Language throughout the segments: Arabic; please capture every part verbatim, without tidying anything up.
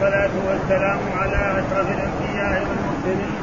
والصلاة والسلام على أشرف الأنبياء والمرسلين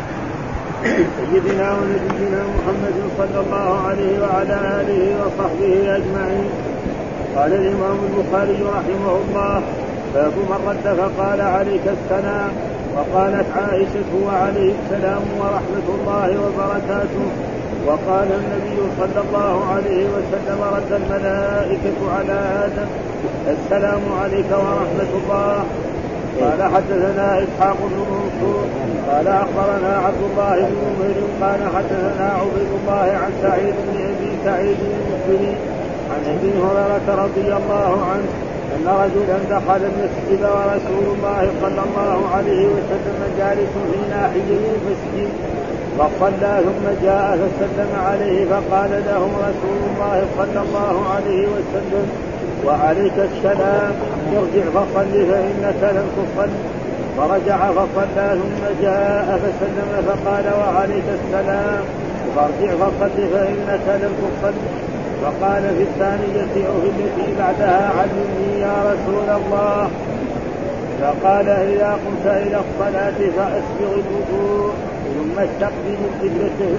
سيدنا ونبينا محمد صلى الله عليه وعلى آله وصحبه أجمعين. قال الإمام البخاري رحمه الله: باب من رد فقال عليك السلام. وقالت عائشة: وعليه السلام ورحمة الله وبركاته. وقال النبي صلى الله عليه وسلم: رد الملائكة على آدم: السلام عليك ورحمة الله. قال حدثنا إسحاق بن منصور قال أخبرنا عبد الله بن عمر قال حدثنا عبيد الله عن سعيد بن أبي سعيد المخبري عن أبي هريرة رضي الله عنه أن رجلا دخل المسجد ورسول الله صلى الله عليه وسلم جالس في ناحية المسجد فصلى ثم جاء فسلم عليه فقال له رسول الله صلى الله عليه وسلم: وعليك السلام، ارجع فصل فإنك لم تصل. فرجع فصلى ثم جاء فسلم فقال: وعليك السلام، فارجع فصل فإنك لم تصل. فقال في الثانية أو في التي بعدها: علمني يا رسول الله. فقال: إذا قمت إلى الصلاة فأسبغ الوضوء ثم استقبل القبلة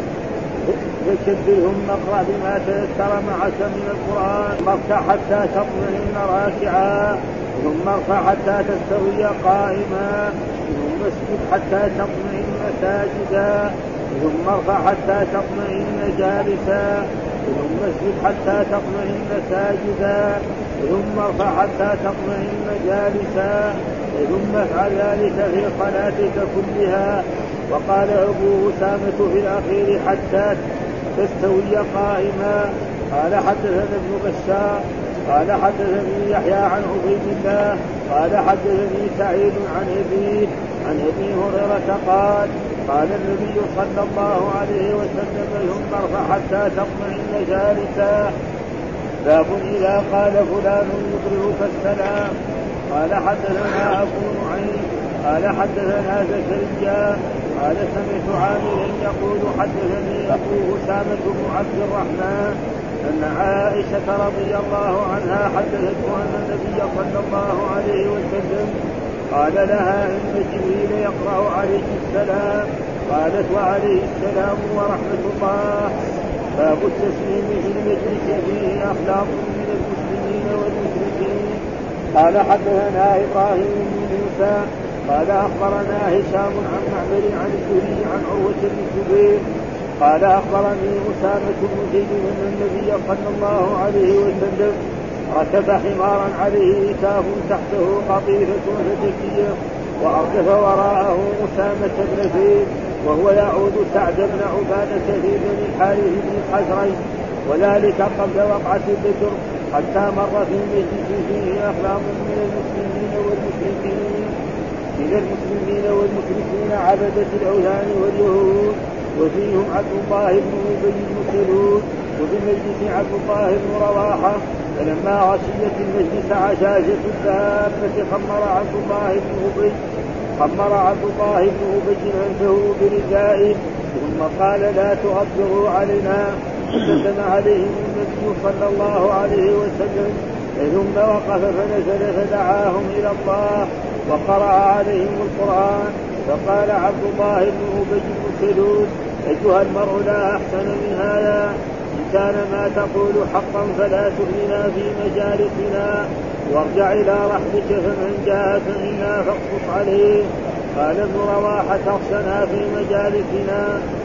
فكبرهم اقرأ بما تيسر معك من القرآن، واركع حتى تطمئن راكعا ثم ارفع حتى تستوي قائما ثم اسجد حتى تطمئن ساجدا ثم ارفع حتى تطمئن جالسا ثم اسجد حتى تطمئن ساجدا ثم ارفع حتى تطمئن جالسا ثم افعل ذلك في صلاتك كلها. وقال أبو أسامة في الأخير: حتى تستوي قائما. قال حدثنا ابن بشار قال حدثني يحيى عن عبيد الله قال حدثني سعيد عن أبيه عن أبي هريرة قال: قال النبي صلى الله عليه وسلم: ثم ارفع حتى تطمئن جالسا. باب إذا قال فلان يقرئك السلام. قال حدثنا أبو نعيم قال حدثنا زكريا قال سمعت عامرا يقول: حدثني أبو أسامة بن عبد الرحمن أن عائشة رضي الله عنها حدثته أن النبي صلى الله عليه وسلم قال لها: إن جبريل يقرأ عليك السلام. قالت: وعليه السلام ورحمة الله. باب التسليم في المجلس فيه أخلاق من المسلمين والمشركين. قال حدثنا إبراهيم بن موسى قال أخبرنا هشام عن معمر عن الزهري عن عروة بن الزبير قال أخبرني أسامة بن زيد أن النبي صلى الله عليه وسلم ركب حمارا عليه إكاف تحته قطيفة هدكية وأردف وراءه أسامة بن زيد وهو يعود سعد بن عبادة في بني الحارث بن الحزرج، وذلك قبل وقعة بدر، حتى مر في مجلس فيه أخلاق من المسلمين والمشركين من المسلمين والمشركين عبدة الأوثان واليهود، وفيهم عبد الله بن أبي بن سلول، وفي المجلس عبد الله بن رواحة. فلما غشيت المجلس عشاشة الدابة خمر عبد الله بن أبي خمر عبد الله بن أبي أنفه بردائه ثم قال: لا تغبروا علينا. فسلم عليهم النبي صلى الله عليه وسلم ثم وقف فنزل فدعاهم إلى الله وقرأ عليهم القرآن. فقال عبد الله بن أبي بن سلول: أيها المرء، لا أحسن من هذا، إن كان ما تقول حقا فلا تهلنا في مجالسنا، وارجع إلى رحمك، فمن جاءك منا فاقصص عليه. قال ابن رواحة: تخشنا في مجالسنا،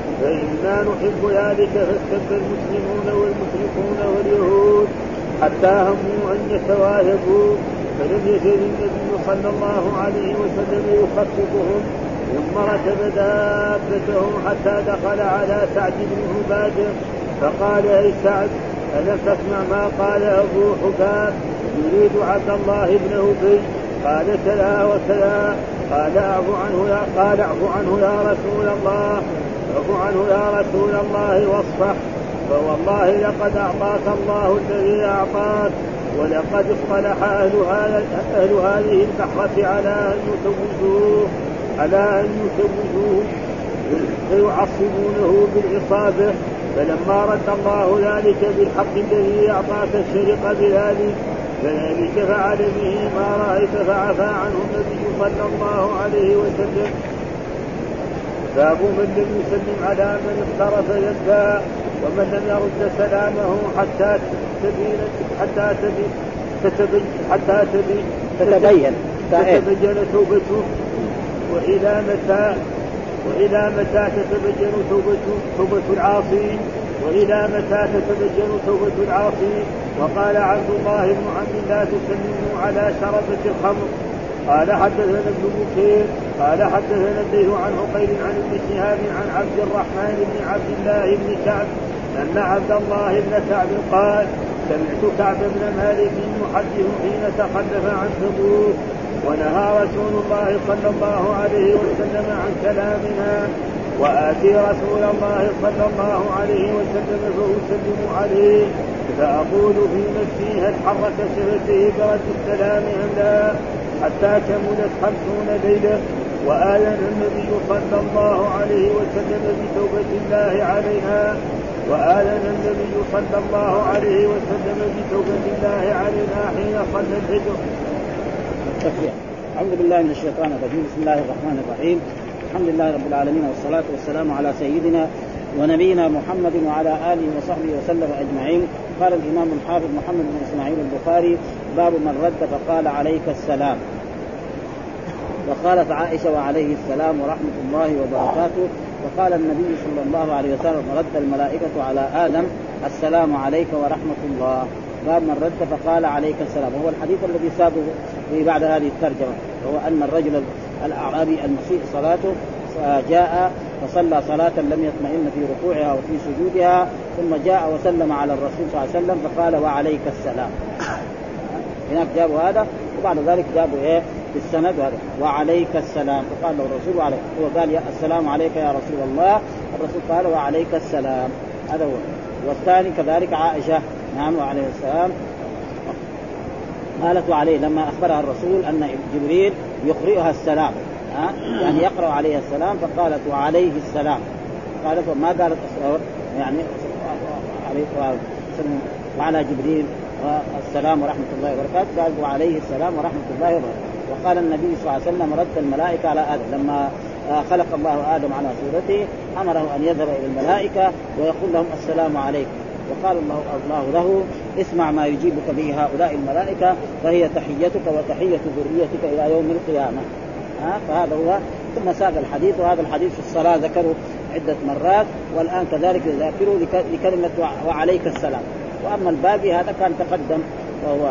فإنا نحب ذلك. فاستبى المسلمون والمشركون واليهود حتى هموا أن يتواهبوا، فلم يزل النبي صلى الله عليه وسلم يخففهم، ثم ركب دابته حتى دخل على سعد بن عبادة فقال: أي سعد، ألم تسمع ما قال أبو حباب يريد عبد الله بن أبي؟ قال: كذا وكذا. قال: اعف عنه يا قال اعف عنه يا رسول الله اعف عنه يا رسول الله واصفح، فوالله لقد أعطاك الله الذي أعطاك، ولقد اصطلح أهل, أهل هذه البحرة على أن يسوجوه على أن يسوجوه فيعصبونه بالعصابة، فلما رد الله ذلك بالحق الذي أعطاك الشرق بذلك، كذلك فعل به ما رأيت فعفى عنه النبي صلى الله عليه وسلم. باب من لم يسلم على من اقترف يده ومن لم يرد سلامه حتى تبين حتى تبين حتى تبين تتبين تتبين توبته وإلى متى وإلى متى تتبين توبة توبة العاصين وإلى متى تتبين توبة العاصين. وقال عبد الله بن عمرو لا تسلموا على شربة الخمر. قال حدثنا ابن بكير قال حدثنا الليث عن عقيل عن ابن شهاب عن عبد الرحمن بن عبد الله بن كعب أن عبد الله بن كعب قال سمعت كعب بن مالك يحدث حين تخلف عن تبوك ونهى رسول الله صلى الله عليه وسلم عن كلامنا وآتي رسول الله صلى الله عليه وسلم فأسلم عليه فأقول في نفسي هل حرك شفتيه برد السلام أم لا حتى كملت خمسون ليلة. وآذن النبي صلى الله عليه وسلم بتوبة الله علينا وآذن النبي صلى الله عليه وسلم بتوبة الله علينا حين صلى الفجر. أعوذ بالله من الشيطان الرجيم. بسم الله الرحمن الرحيم. الحمد لله رب العالمين والصلاة والسلام على سيدنا ونبينا محمد وعلى آله وصحبه وسلم أجمعين. قال الإمام الحافظ محمد بن إسماعيل البخاري باب من رد فقال عليك السلام. وقالت عائشة وعليه السلام ورحمة الله وبركاته. وقال النبي صلى الله عليه وسلم رد الملائكة على آدم السلام عليك ورحمة الله. باب من رد فقال عليك السلام. هو الحديث الذي سابه في بعد هذه الترجمة هو أن الرجل الأعرابي المسيء صلاته جاء فصلى صلاة لم يطمئن في ركوعها وفي سجودها ثم جاء وسلم على الرسول صلى الله عليه وسلم فقال وعليك السلام. هناك جابوا هذا وبعد ذلك جابوا إيه في السند هذا وعليك السلام فقال له الرسول وعليك. هو قال يا السلام عليك يا رسول الله. الرسول قال وعليك السلام. هذا هو. والثاني كذلك عائشة نعم وعليه السلام قالت وعليه لما أخبرها الرسول أن جبريل يقرئها السلام ها يعني يقرأ عليه السلام فقالت وعليه السلام. قالت وما قالت يعني وعلى جبريل السلام ورحمة الله وبركاته قال وعليه السلام ورحمة الله وبركاته. وقال النبي صلى الله عليه وسلم رد الملائكة على آدم لما خلق الله آدم على صورته أمره أن يذهب إلى الملائكة ويقول لهم السلام عليكم. وقال الله, الله له اسمع ما يجيبك به هؤلاء الملائكة فهي تحيتك وتحية ذريتك إلى يوم القيامة. ها فهذا هو. ثم ساق الحديث وهذا الحديث في الصلاة ذكره عدة مرات والآن كذلك ذاكره لكلمة وعليك السلام. وأما الباقي هذا كان تقدم وهو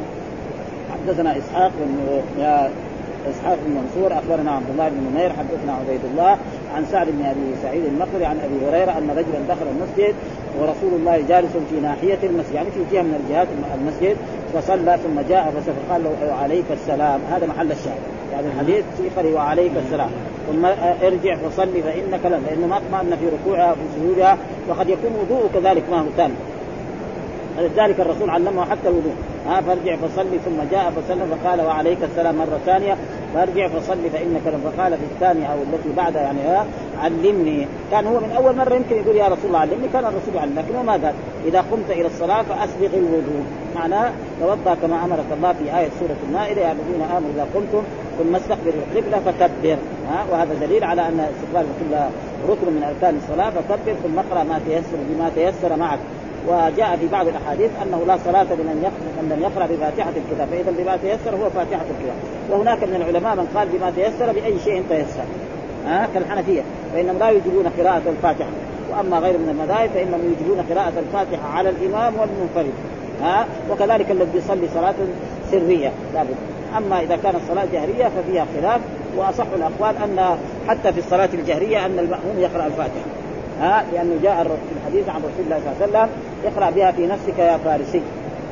حدثنا إسحاق يا إسحاق بن منصور أخبرنا عبد الله بن منير حدثنا عبيد الله عن سعد بن أبي سعيد المقبري عن أبي هريرة أن رجلا دخل المسجد ورسول الله جالس في ناحية المسجد يعني في جهة من الجهات المسجد فصلى ثم جاء فقال له عليك السلام. هذا محل الشاهد يعني الحديث سيقري وعليك السلام ثم ارجع فصلي فإنك لن لأنه ما اطمأن في ركوعها وفي سجودها وقد يكون وضوء كذلك ما هو تام. لذلك الرسول علمه حتى الوضوء ها فارجع فصلي ثم جاء فسلم فقال وعليك السلام مرة ثانية فارجع فصلي فإنك لم. فقال في الثانية أو التي بعدها يعني ها علمني. كان هو من أول مرة يمكن يقول يا رسول الله علمني كان الرسول يعلم لكنه ما قال إذا قمت إلى الصلاة فأسبغ الوضوء معناه توضأ كما أمرك الله في آية سورة المائدة يا الذين آمنوا إذا قمتم ثم استقبلوا القبلة فكبر ها وهذا دليل على أن استقبال القبلة ركن من أركان الصلاة فكبر ثم اقرأ ما تيسر بما تيسر معك. وجاء في بعض الأحاديث أنه لا صلاة لمن لم يقرأ بفاتحة الكتاب فإذا بما تيسر هو فاتحة الكتاب. وهناك من العلماء من قال بما تيسر بأي شيء تيسر ها كالحنفية فإنهم لا يجبون قراءة الفاتحة. وأما غير من المذاهب فإنهم يجبون قراءة الفاتحة على الإمام والمنفرد ها وكذلك الذي يصلي صلاة سرية لابد. أما إذا كانت الصلاة جهرية ففيها خلاف وأصح الأقوال أن حتى في الصلاة الجهرية أن المأموم يقرأ الفاتحة ها لأنه جاء في الحديث عن رسول الله صلى الله عليه وسلم اقرأ بها في نفسك يا فارسي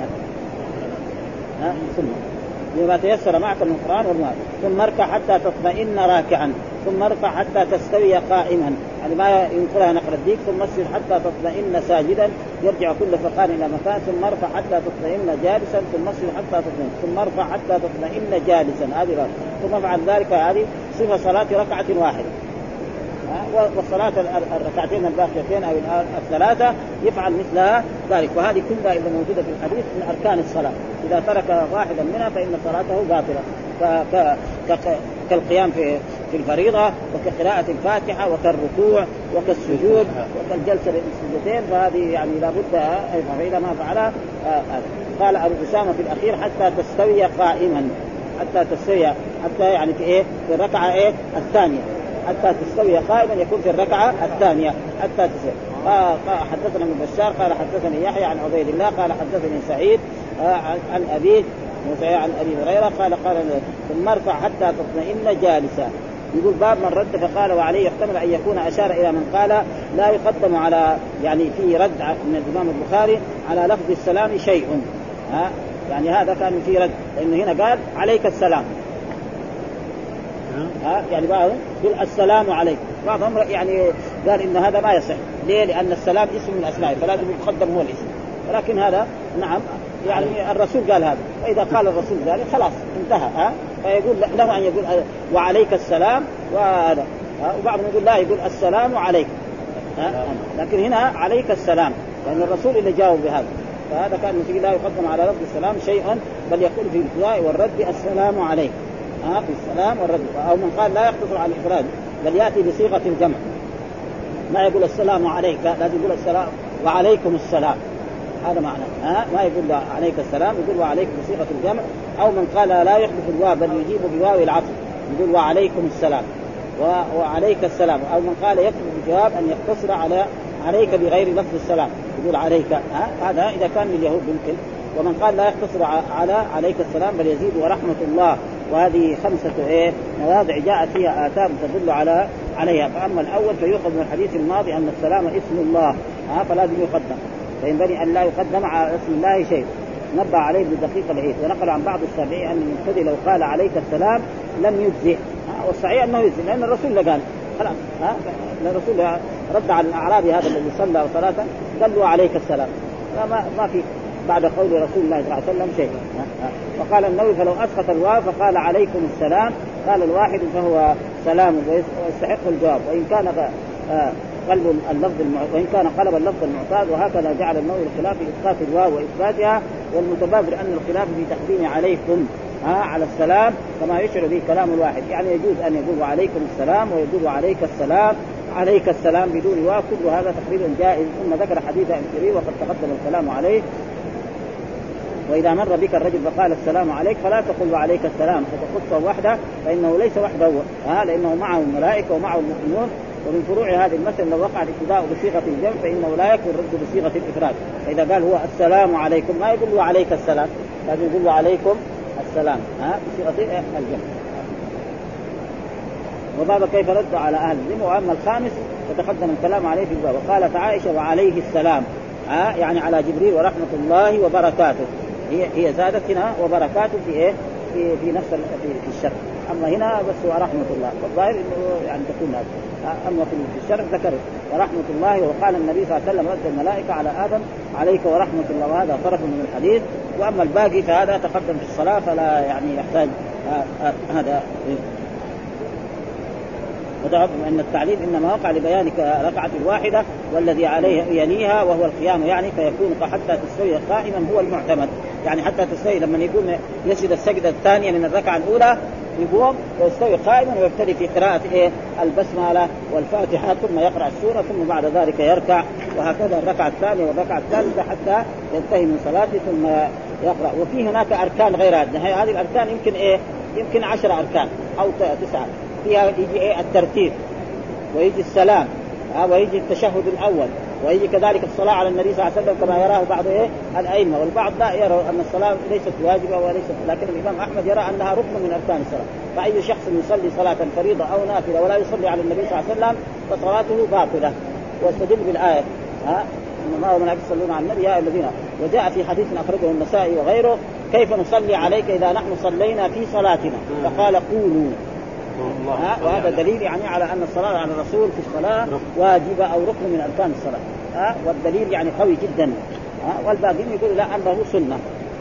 ها ثم بما تيسر معك من القرآن والمال ثم اركع حتى تطمئن راكعا ثم ارفع حتى تستوي قائما يعني ما ينقلها نقل الديك ثم اسجد حتى تطمئن ساجدا يرجع كل فقار إلى مكان ثم ارفع حتى تطمئن جالسا ثم اسجد حتى تطمئن ثم ارفع حتى تطمئن جالسا هذه ثم افعل ذلك. هذه صفة صلاة ركعة واحدة. والصلاة الركعتين الباقيتين أو الثلاثة يفعل مثلها ذلك. وهذه كلها إذا موجودة في الحديث من أركان الصلاة إذا ترك واحدا منها فإن صلاته باطلة، ك... ك... ك... كالقيام في في الفريضة وكقراءة الفاتحة وكالركوع وكالسجود وكالجلسة للسجدتين، فهذه يعني لابد فإذا ما فعلها. قال أبو أسامة في الأخير حتى تستوي قائما، حتى تستوي حتى يعني في إيه في الركعة إيه الثانية، حتى تستوي قائما يكون في الركعة الثانية حتى تستوي. حدثنا ابن بشار قال حدثني يحيى عن عبيد الله قال حدثني سعيد عن أبيه عن أبي هريرة قال قال ثم ارفع حتى تطمئن جالسا. يقول باب من رد فقال وعليه يحتمل أن يكون أشار إلى من قال لا يقدم على يعني في رد من الإمام البخاري على لفظ السلام شيء، ها يعني هذا كان في رد لأنه هنا قال عليك السلام، ها يعني بعضهم يقول السلام عليك، بعضهم يعني قال إن هذا ما يصح. ليه؟ لأن السلام اسم من الأسماء فلازم يقدم هو الاسم، ولكن هذا نعم يعني الرسول قال هذا، وإذا قال الرسول ذلك خلاص انتهى، ها فيقول له أن يقول وعليك السلام وهذا، وبعضهم يقول لا يقول السلام عليك، ها لكن هنا عليك السلام لأن الرسول اللي جاوب بهذا، فهذا كان مثل لا يقدم على لفظ السلام شيئا بل يقول في الابتداء والرد السلام عليك، ها في السلام والرد. أو من قال لا يقتصر على الإفراد بل يأتي بصيغة الجمع، ما يقول السلام عليك، لازم يقول السلام وعليكم السلام، هذا معنى، ها ما يقول عليك السلام يقول وعليك بصيغة الجمع. أو من قال لا يحذف الواو بل يجيب بواو العطف يقول وعليكم السلام وعليك السلام. أو من قال يكتب الجواب أن يقتصر على عليك بغير لفظ السلام يقول عليك، ها هذا إذا كان لليهود ممكن. ومن قال لا يقتصر على عليك السلام بل يزيد ورحمة الله. وهذه خمسة إيه مواضع جاءت فيها آثار تدل على عليها. فأما الأول فيؤخذ من الحديث الماضي أن السلام اسم الله، ها فلازم يقدم، فينبغي أن لا يقدم على اسم الله شيء. نبه عليه بدقيق العيد. ونقل عن بعض التابعين أن المبتدئ لو قال عليك السلام لم يجزئ، والصحيح أنه يجزئ لأن الرسول قال خلاص، ها الرسول رد على الأعرابي هذا الذي صلى صلاة قال له عليك السلام، ما ما في بعد قول رسول الله صلى الله عليه وسلم شيء. فقال النووي فلو أسقط الواو فقال عليكم السلام قال الواحد فهو سلام ويستحق الجواب، وإن كان قلب اللفظ المع... وإن كان قلب اللفظ المعتاد. وهكذا جعل النووي الخلاف في إسقاط الواو وإثباتها، والمتبادر أن الخلاف في تقديم عليكم ها على السلام كما يشعر به كلام الواحد، يعني يجوز أن يقول وعليكم السلام ويقول وعليك السلام عليك السلام بدون واو، كل هذا تقريبا جائز. ثم ذكر حديث الكريم وقد تقدم الكلام عليه. وإذا مر بك الرجل فقال السلام عليك فلا تقل وعليك السلام فتخصه وحده، فإنه ليس وحده، ها لأنه معه الملائكة ومعه المؤمنون. ومن فروع هذه المسألة لو وقع الابتداء بصيغة الجمع فإنه لا يكون رد بصيغة الإفراد. فإذا قال هو السلام عليكم ما يقول وعليك السلام، لازم يقول وعليكم السلام ها بصيغة الجمع. وباب كيف رد على أهل الذمة. وأما الخامس فتقدم الكلام عليه في الباب. وقالت عائشة وعليه السلام، ها يعني على جبريل ورحمة الله وبركاته، هي هي زادت هنا وبركاته في إيه في في نفس في الشرع، أما هنا بس ورحمة الله، والظاهر إنه يعني تكون هذا. أما في الشرع ذكر ورحمة الله. وقال النبي صلى الله عليه وسلم رد الملائكة على آدم عليك ورحمة الله، وهذا طرف من الحديث. وأما الباقي فهذا تقدم في الصلاة فلا يعني يحتاج هذا. وتعلم أن التعليل إنما وقع لبيان ركعة واحدة والذي عليه يليها وهو القيام، يعني فيكون حتى تستوي قائما هو المعتمد، يعني حتى تستوي لما يكون يسجد السجدة الثانية من الركعة الأولى يقوم ويستوي قائما ويبتدي في قراءة إيه البسملة والفاتحة ثم يقرأ السورة ثم بعد ذلك يركع، وهكذا الركعة الثانية والركعة الثالثة حتى ينتهي من صلاته ثم يقرأ. وفي هناك أركان غير هذه، هذه الأركان يمكن إيه يمكن عشر أركان أو تسعة، فيها يجي إيه الترتيب ويجي السلام ويجي التشهد الأول ويجي كذلك الصلاة على النبي صلى الله عليه وسلم كما يراه بعض إيه الأئمة، والبعض لا يرى أن الصلاة ليست واجبة وليست، لكن الإمام أحمد يرى أنها ركن من أركان الصلاة. فأي شخص يصلي صلاة فريضة أو نافلة ولا يصلي على النبي صلى الله عليه وسلم فصلاته باطلة، واستدل بالآية ها إنما هو من يصلون على النبي يا الذين. وجاء في حديث أخرجه النسائي وغيره كيف نصلي عليك إذا نحن صلينا في صلاتنا، فقال قولوا، وهذا دليل يعني على أن الصلاة على الرسول في الصلاة واجبة أو ركن من أركان الصلاة، ها والدليل يعني قوي جدا، ها والباقين يقول لا أنه سنة.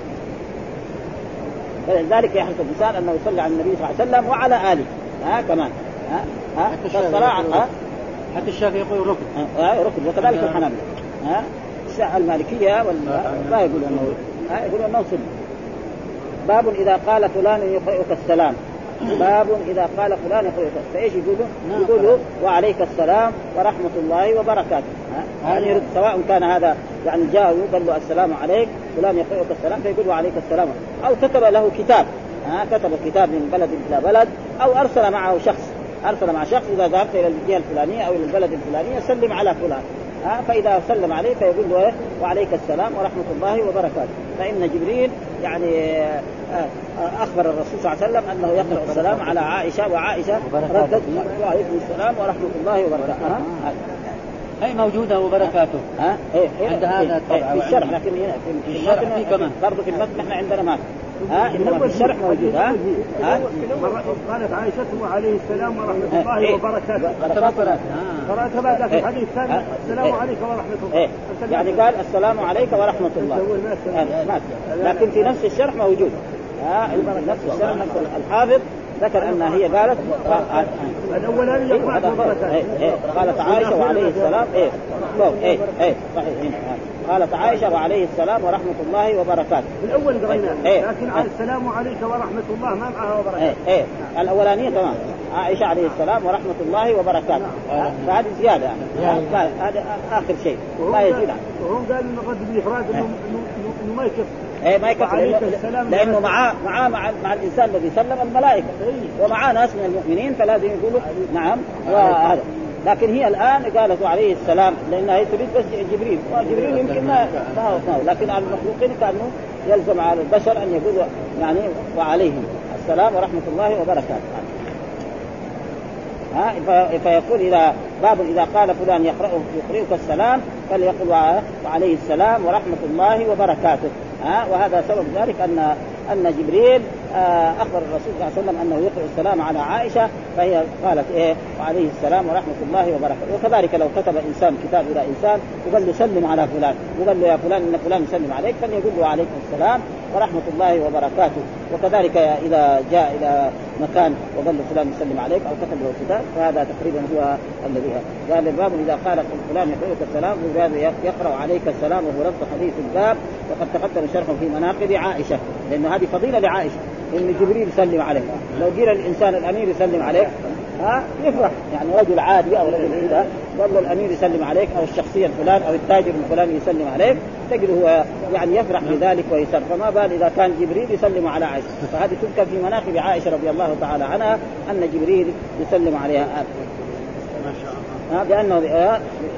فلذلك يحرص الإنسان أنه يصلي على النبي صلى الله عليه وسلم وعلى آله ها كمان ها ها الصلاة ها حتى الشافعي يقول ركن ها ركن، وكذلك الحنابلة ها المالكية ولا لا يقول أنه ها يقول أنه سنة. باب إذا قال فلان يقرئك السلام. باب إذا قال فلان يقرئك، فإيش يقولوا؟ يقولوا وعليك السلام ورحمة الله وبركاته. يعني سواء كان هذا يعني جاء وقال له السلام عليك فلان يقرئك السلام فيقول وعليك السلام، أو كتب له كتاب، ها كتب كتاب من بلد إلى بلد، أو أرسل معه شخص، أرسل مع شخص إذا ذهبت إلى الجهة الفلانية أو إلى البلد الفلانية سلم على فلان، ها فإذا سلم عليه فيقول له وعليك السلام ورحمة الله وبركاته. فإن جبريل يعني أخبر الرسول صلى الله عليه وسلم أنه يقرأ السلام على عائشة، وعائشة ردت وعليكم السلام ورحمة الله وبركاته. هي موجودة وبركاته ها إيه إيه عند هذا إيه في الشرح، لكن في الشرح في كمان برضه في المتن إحنا عندنا ما ها إنما في الشرح موجود. ها ها قالت عائشة وعليه السلام ورحمة الله إيه وبركاته، قرأت بعد في الحديث الثاني السلام عليك ورحمة الله، إيه يعني قال السلام عليك ورحمة الله، لكن في نفس الشرح موجود. ها في نفس الشرح نفس الحافظ ذكر أنها هي قالت الأولانية قالت عائشة وعليه السلام إيه إيه إيه صحيح. قالت عائشة وعليه السلام ورحمة الله وبركاته. الأول قريناه إيه لكن على السلام عليك ورحمة الله ما معها وبركاته. إيه إيه الأولانية تمام عائشة عليه السلام ورحمة الله وبركاته، فهذه زيادة يعني هذا آخر شيء لا يزيد. وهم قالوا إنه قد بالإفراد إنه إنه ما يكفي. إيه ما يكفي لأنه معاه معاه مع مع الإنسان الذي سلم الملائكة ومعاه ناس من المؤمنين فلازم يقولوا نعم وهذا. لكن هي الآن قالت عليه السلام لأنها هي تريد بس جبريل، وجبريل يمكن ما ما لكن على المخلوقين كأنه يلزم على البشر أن يقولوا يعني وعليهم السلام ورحمة الله وبركاته. ها فيقول إذا باب إذا قال فلان يقرأ يقرئك السلام فليقل وعليه السلام ورحمة الله وبركاته. ها وهذا سبب ذلك أن أن جبريل أخبر الرسول صلى الله عليه وسلم أنه يقرأ السلام على عائشة فهي قالت إيه وعليه السلام ورحمة الله وبركاته. وكذلك لو كتب إنسان كتاب إلى إنسان وقال له سلم على فلان وقال له يا فلان إن فلان يسلم عليك فليقول له عليكم السلام ورحمة الله وبركاته. وكذلك إذا جاء إلى مكان وقال له فلان يسلم عليك أو كتب له كتاب فهذا تقريبا هو الذي قال الباب إذا قال فلان يقرأك السلام يقرأ عليك السلام وهو رد حديث الباب. وقد تقدم شرحه في مناقب عائشة لأن هذه فضيلة لعائشة إن جبريل يسلم عليه. لو قيل الإنسان الأمير يسلم عليك ها يفرح يعني رجل عادي أو رجل كذا قال له الأمير يسلم عليك أو الشخصية الفلان أو التاجر الفلاني يسلم عليك تجد هو يعني يفرح بذلك ويسر. فما بال إذا كان جبريل يسلم على عائشة. فهذه تذكر في مناقب عائشة رضي الله تعالى عنها أن جبريل يسلم عليها ما شاء الله بأنه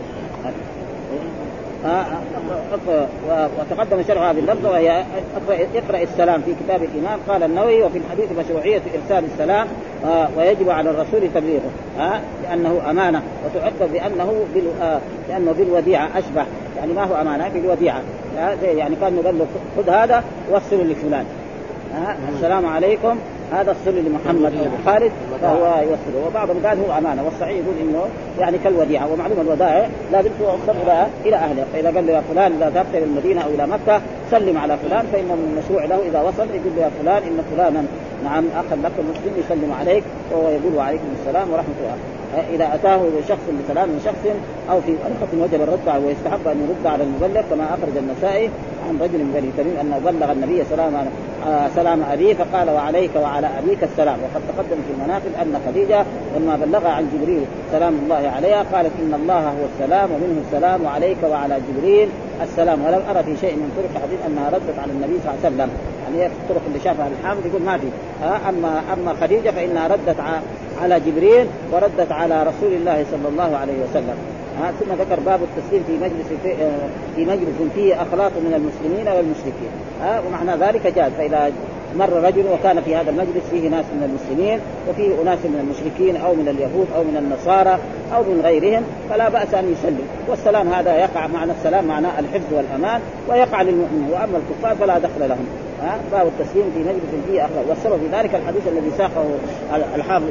وتقدم شرحها باللفظ وهي اقرأ السلام في كتاب الإمام. قال النووي وفي الحديث مشروعية إرسال السلام ويجب على الرسول تبليغه لأنه أمانة وتعقب بأنه لأنه بالوديعة أشبه يعني ما هو أمانة بالوديعة يعني كان قال له خذ هذا وصله لفلان السلام عليكم هذا الصل لمحمد أو خالد فهو يوصله. وبعضهم قال هو أمانة والصحيح يقول إنه يعني كالوديعة. ومعلومة الودائع لا بد توصل إلى أهله. فإذا قال له يا فلان إذا ذهبت إلى المدينة أو إلى مكة سلم على فلان فإنه من المشروع له إذا وصل يقول له يا فلان إن فلانا نعم أخا لك المسلم يسلم عليك وهو يقول وعليكم السلام ورحمة الله. إذا أتاه شخص بسلام من شخص أو في طريقة وجب الرد ويستحب أن يرد على المبلغ كما أخرج النسائي عن رجل من بني تميم أنه بلغ النبي سلام سلام أبيه فقال وعليك وعلى أبيك السلام. وقد تقدم في المناقب أن خديجة لما بلغها عن جبريل سلام الله عليها قالت إن الله هو السلام ومنه السلام وعليك وعلى جبريل السلام. ولم أرى في شيء من طرق حديث أنها ردت على النبي صلى الله عليه وسلم يعني في الطرق اللي شافها الحافظ يقول ما في. أما أما خديجة فإنها ردت على جبريل وردت على رسول الله صلى الله عليه وسلم. ها ثم ذكر باب التسليم في مجلس في, في مجلس فيه أخلاق من المسلمين والمشركين. ها ومعنى ذلك جاز. فإذا مر رجل وكان في هذا المجلس فيه ناس من المسلمين وفيه أناس من المشركين أو من اليهود أو من النصارى أو من غيرهم فلا بأس أن يسلم. والسلام هذا يقع معنى السلام معناه الحفظ والأمان ويقع للمؤمن وأما الكفار فلا دخل لهم. ها باب التسليم في مجلس فيه أخلاق. والسبب في ذلك الحديث الذي ساقه الحافظ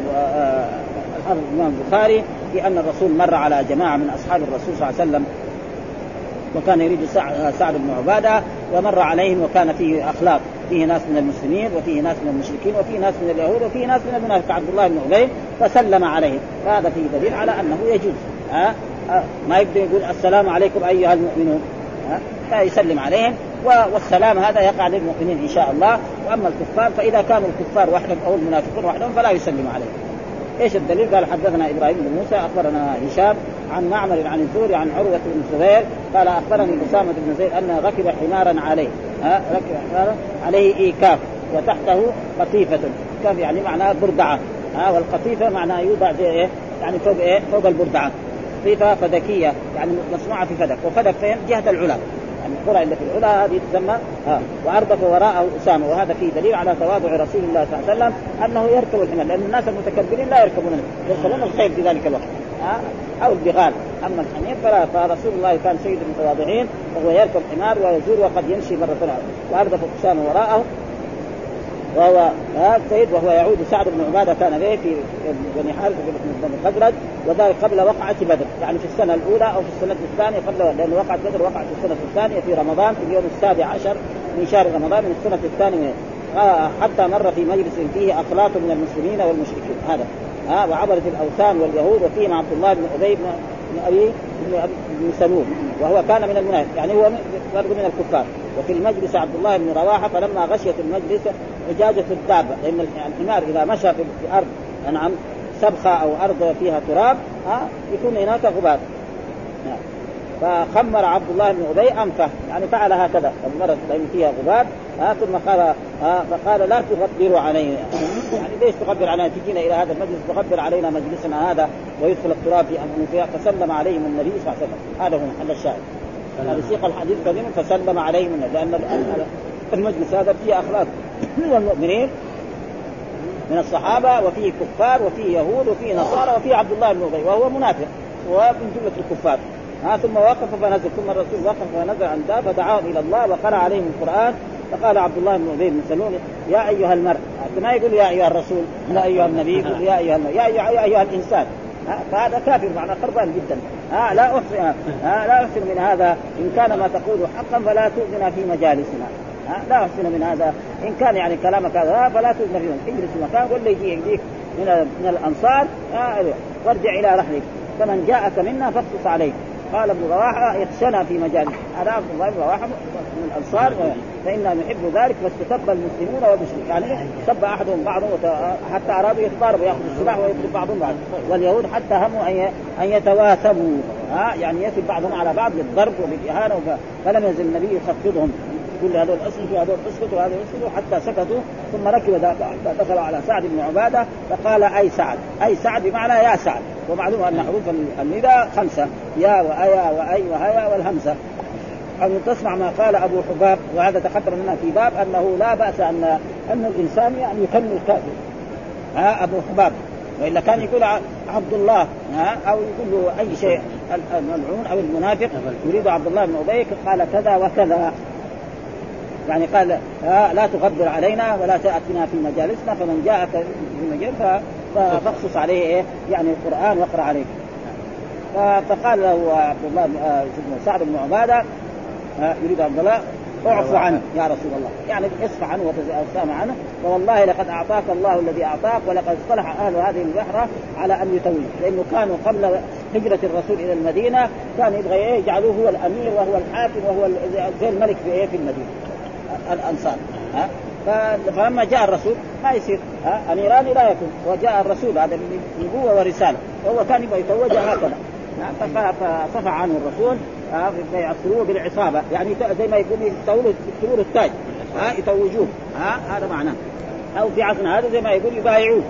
الحافظ الإمام البخاري في أن الرسول مر على جماعة من أصحاب الرسول صلى الله عليه وسلم وكان يريد سعد بن عبادة ومر عليهم وكان فيه أخلاق فيه ناس من المسلمين وفيه ناس من المشركين وفيه ناس من اليهود وفيه ناس من المنافقين عبد الله بن أبي فسلم عليهم. فهذا فيه دليل على أنه يجوز. ها ما يقدر يقول السلام عليكم أيها المؤمنون ها فيسلم عليهم والسلام هذا يقع للمؤمنين إن شاء الله. واما الكفار فاذا كانوا الكفار وحدهم او المنافقون وحدهم فلا يسلم عليهم. ايش الدليل؟ قال حدثنا ابراهيم بن موسى اخبرنا هشام عن معمر عن الزهري عن عروه بن الزبير قال اخبرني اسامه بن زيد ان ركب حمارا عليه ها ركب حمارا عليه ايكاف وتحته قطيفه، كاف يعني معناها بردعه، ها والقطيفه معناها يوضع ايه يعني فوق ايه فوق البردعه، قطيفه فدكيه يعني مصنوعه في فدك، وفدك فين جهه العلا يعني القرى اللي في العلا هذه تسمى ها. وأردف وراءه أسامة، وهذا فيه دليل على تواضع رسول الله صلى الله عليه وسلم أنه يركب الحمار، لأن الناس المتكبرين لا يركبون يركبون الخيل في ذلك الوقت ها أو البغال، أما الحمير فلا. فرسول الله كان سيد المتواضعين وهو يركب حمار ويزور وقد يمشي مرة ثانية. وأردف أسامة وراءه وهو سيد وهو يعود. سعد بن عبادة كان به في بني حارث بن الخزرج، وذلك قبل وقعة بدر يعني في السنة الأولى أو في السنة الثانية قبل، لأن وقعة بدر وقعت في السنة الثانية في رمضان في اليوم السابع عشر من شهر رمضان من السنة الثانية، حتى مر في مجلس فيه أخلاط من المسلمين والمشركين هذا ها وعبرت الأوثان واليهود، وفيهم عبد الله بن أبي بن أبي بن سلول وهو كان من المنافق يعني هو برضه من الكفار. وفي المجلس عبد الله بن رواحة، فلما غشيت المجلس عجاجة الدابة، لأن الحمار إذا مشى في أرض نعم سبخة أو أرض فيها تراب ها يكون هناك غبار، فخمر عبد الله بن أبي أنفه يعني فعل هكذا مرة لأن فيها غبار ها ثم قال ها فقال لا تغبروا علينا يعني ليش تغبر علينا تجينا إلى هذا المجلس تغبر علينا مجلسنا هذا ويدخل التراب في أنفها. فسلم عليهم النبي صلى الله عليه وسلم. هذا هو محل الشاهد. هذا سياق الحديث كريم فسلم عليهم، لأن المجلس هذا فيه أخلاق من المؤمنين من الصحابة وفيه كفار وفيه يهود وفيه نصارى وفيه عبد الله بن أبي وهو منافق ومن جملة الكفار ها. ثم وقف فنزل، ثم الرسول وقف فنزل عن ذا فدعاهم إلى الله وقرأ عليهم القرآن. فقال عبد الله بن أبي بن سلول يا أيها المرء، ما يقول يا أيها الرسول لا أيها النبي، يقول يا أيها المرء يا أيها, يا أيها الإنسان، فهذا كافر معنى خربان جدا. ها لا أحسن ها لا أحسن من هذا، إن كان ما تقول حقا فلا تؤذنا في مجالسنا. ها لا أحسن من هذا، إن كان يعني كلامك هذا فلا تؤذنا في اجلس في مكان ولا يجي يجيك من من الأنصار وارجع إلى رحلك، فمن جاءك منا فاقصص عليه. قال ابن رواحة يخشنا في مجالس، هذا عبد الله بن رواحة من الأنصار فإنا نحب ذلك، فاستسب المسلمون والمشركين يعني سب أحدهم بعضهم حتى أرادوا يتضاربوا يأخذوا السلاح ويضرب بعضهم بعض، واليهود حتى هموا أن يتواثبوا ها يعني يسب بعضهم على بعض بالضرب وبالإهانة، فلم يزل النبي يخفضهم كل هذول اسكتوا وهذول اسكتوا وهذول اسكتوا حتى سكتوا. ثم ركب دخل على سعد بن عبادة فقال أي سعد، أي سعد بمعنى يا سعد، ومعلوم أن حروف النداء خمسة يا وأيا وأي وهيا والهمزة. أو تسمع ما قال أبو حباب، وهذا تقدم لنا في باب أنه لا بأس أن أن الإنسان يعني يكمل الكافر ها أبو حباب، وإلا كان يقول عبد الله ها أو يقول له أي شيء الملعون أو المنافق يريد عبد الله بن أبي قال كذا وكذا يعني قال لا تغبر علينا ولا تأتنا في مجالسنا، فمن جاءك في مجال فاقصص عليه إيه يعني القرآن واقرأ عليه. فقال له عبد الله سعد بن عبادة يريد عبد الله اعفو عنه يا رسول الله، يعني اصفح عنه وتسامح عنه، فوالله لقد أعطاك الله الذي أعطاك ولقد اصطلح أهل هذه البحرة على أن يتوجه، لأنه كانوا قبل هجرة الرسول إلى المدينة كان يبغى يجعلوه هو الأمير وهو الحاكم وهو زي الملك في إيه في المدينة الأنصار ها. فلما جاء الرسول ما يصير ها أميران لا يكون، وجاء الرسول هذا نبوة ورسالة وهو كان يبغى يتوجه هكذا، فصفع عنه الرسول يعصروه بالعصابة يعني زي ما يقول يكتبوا التاج ها يتوجوه ها هذا معناه، أو في عصرنا هذا زي ما يقول يبايعوه.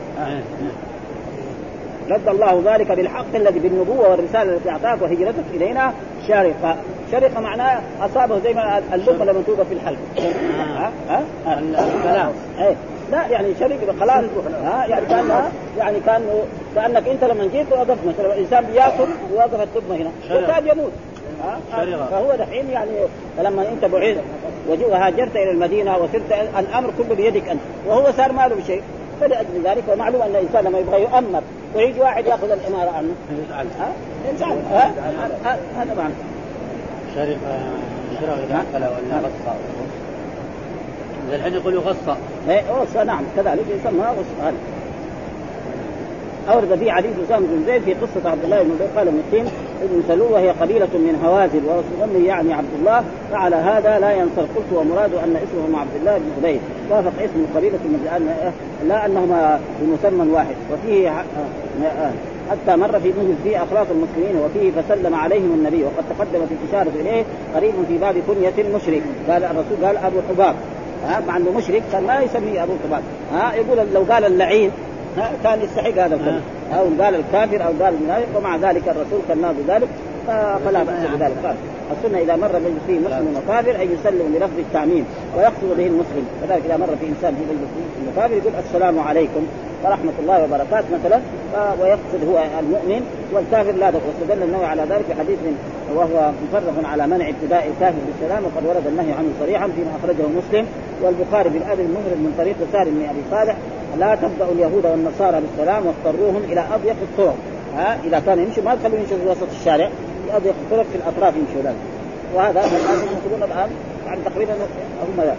رد الله ذلك بالحق الذي بالنبوة والرسالة التي أعطاك وهجرتك إلينا شارقة. شرقة معناه أصابه زي ما اللقمة لما توقف في الحلق ها ها الكلام إيه لا يعني شرق خلاص ها يعني كان يعني كان كأنك أنت لما جيت وقفت مثلا الإنسان بيأكل ووقف التبمة هنا وكاد يموت ها. فهو دحين يعني لما أنت بعيد وهاجرت إلى المدينة وصرت الأمر كله بيدك أنت، وهو صار ما له شيء، فلأجل ذلك ومعلوم أن الإنسان لما يبغى يؤمر ويجي واحد يأخذ الإمارة عنه يزعل ها هذا معنى شرقة شرقة إذا أكل ولا غصة، إذا الحين يقولوا غصة إيه غصة نعم كذلك يسمى غصة. هذا أورد فيه حديث أسامة بن زيد في قصة عبد الله بن أبي قال مسلم ابن سلول وهي قبيلة من هوازن وسمي يعني عبد الله، فعلى هذا لا ينصر. قلت ومراد أن اسمه عبد الله بن عبيد وافق اسم قبيلة من لا أنهما بمسمى واحد. وفيه حتى مر في نزل فيه أخلاق المسلمين وفيه فسلم عليهم النبي، وقد تقدم في الإشارة إليه قريب في باب كنية المشرك. قال الرسول قال أبو حباب، ها مع أنه مشرك كان ما يسميه أبو حباب، ها يقول لو قال اللعين ها كان يستحق هذا الكلام، أو قال الكافر أو قال المنافق، ومع ذلك الرسول كان ناظر ذلك فلا بأس بذلك. قال السنة إذا مر بين فيه مسلم وكافر أن يسلم بلفظ التعميم ويقصد به المسلم، كذلك إذا مر في إنسان في بين وكافر يقول السلام عليكم ورحمة الله وبركاته مثلا، ويقصد هو المؤمن والكافر لا. واستدل النووي على ذلك في حديث وهو مفرغ على منع ابتداء الكافر بالسلام، وقد ورد النهي عنه صريحا فيما أخرجه مسلم والبخاري بالأدب المفرد من طريق سالم بن أبي صالح: لا تبدأ اليهود والنصارى بالسلام واضطروهم إلى أضيق الطرق. ها إذا كان يمشي ما تخلوا يمشوا في وسط الشارع، في أضيق الطرق في الأطراف يمشوا لازم. وهذا الآن المسلمون الآن يعني تقريبا هم ذا.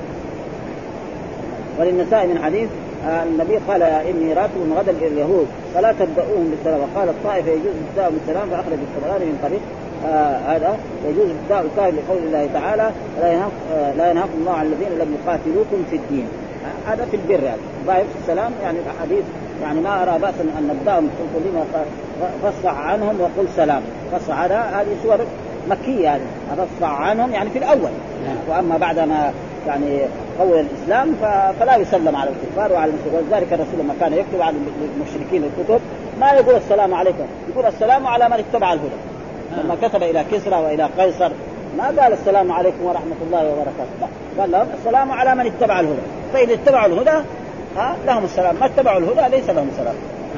وللنساء من حديث آه النبي قال إني راكب غدا إلى اليهود فلا تبدأوهم بالسلام. وقال الطائفة يجوز ابتداءهم بالسلام، فأخرج الطبراني من طريق آه هذا يجوز ابتداء الكافر لقول الله تعالى: لا ينهاكم آه لا ينهاكم الله عن الذين لم يقاتلوكم في الدين. آه هذا في البر يعني ضايف السلام يعني الحديث يعني ما أرى بأسا أن نبدأهم قل لما فصح عنهم وقل سلام. فصح هذا هذه سور مكية يعني فصح عنهم يعني في الأول، وأما بعد ما يعني قول الإسلام فلا يسلم على الكفار وعلى المشركين. وذلك الرسول لما كان يكتب على المشركين الكتب ما يقول السلام عليكم، يقول السلام على من اتبع الهدى. لما كتب إلى كسرى وإلى قيصر ما قال السلام عليكم ورحمة الله وبركاته، قال لهم السلام على من اتبع الهدى. فإذا اتبعوا الهدى ها لهم السلام، ما اتبعوا الهدى ليس لهم سلام.